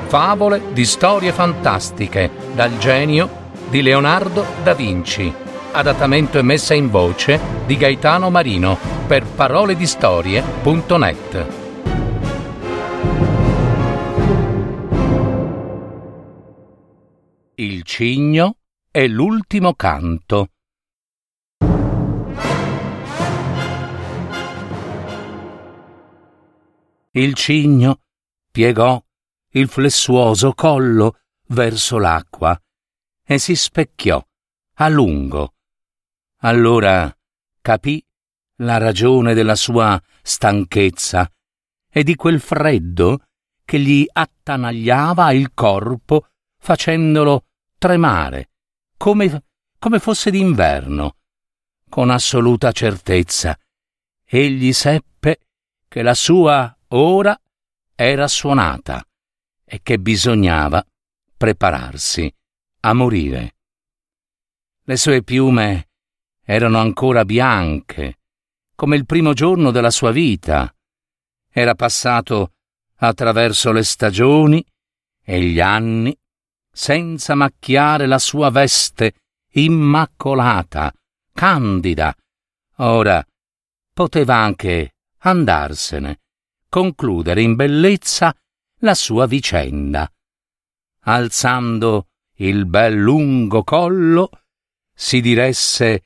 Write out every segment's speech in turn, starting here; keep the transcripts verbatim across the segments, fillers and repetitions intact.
Favole di storie fantastiche dal genio di Leonardo da Vinci. Adattamento e messa in voce di Gaetano Marino per paroledistorie punto net. Il cigno e l'ultimo canto. Il cigno piegò il flessuoso collo verso l'acqua e si specchiò a lungo. Allora capì la ragione della sua stanchezza e di quel freddo che gli attanagliava il corpo facendolo tremare come, come fosse d'inverno. Con assoluta certezza egli seppe che la sua ora era suonata e che bisognava prepararsi a morire. Le sue piume erano ancora bianche, come il primo giorno della sua vita. Era passato attraverso le stagioni e gli anni senza macchiare la sua veste immacolata, candida. Ora poteva anche andarsene, concludere in bellezza la sua vicenda. Alzando il bel lungo collo, si diresse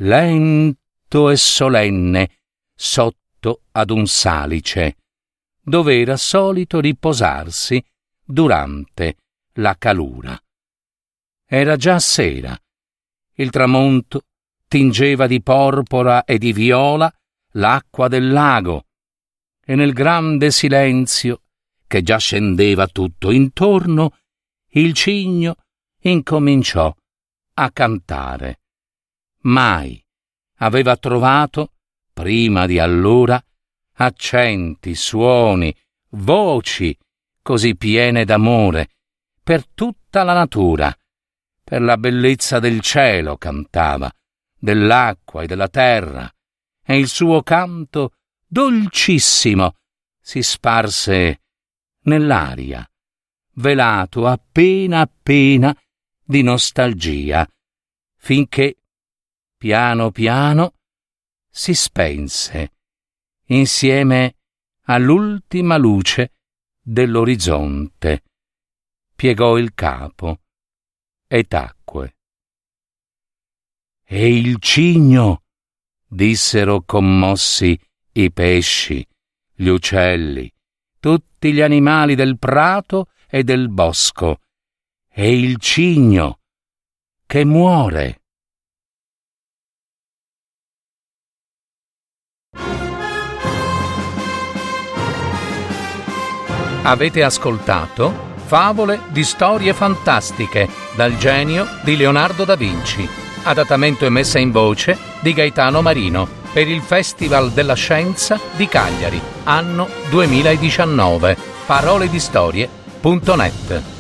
lento e solenne sotto ad un salice, dove era solito riposarsi durante la calura. Era già sera. Il tramonto tingeva di porpora e di viola l'acqua del lago, e nel grande silenzio che già scendeva tutto intorno, il cigno incominciò a cantare. Mai aveva trovato, prima di allora, accenti, suoni, voci così piene d'amore per tutta la natura. Per la bellezza del cielo cantava, dell'acqua e della terra, e il suo canto dolcissimo si sparse nell'aria, velato appena appena di nostalgia, finché piano piano si spense insieme all'ultima luce dell'orizzonte. Piegò il capo e tacque. E il cigno, dissero commossi i pesci, gli uccelli, tutti gli animali del prato e del bosco. È il cigno che muore. Avete ascoltato Favole di storie fantastiche dal genio di Leonardo da Vinci. Adattamento e messa in voce di Gaetano Marino per il Festival della Scienza di Cagliari, anno duemiladiciannove. paroledistorie punto net.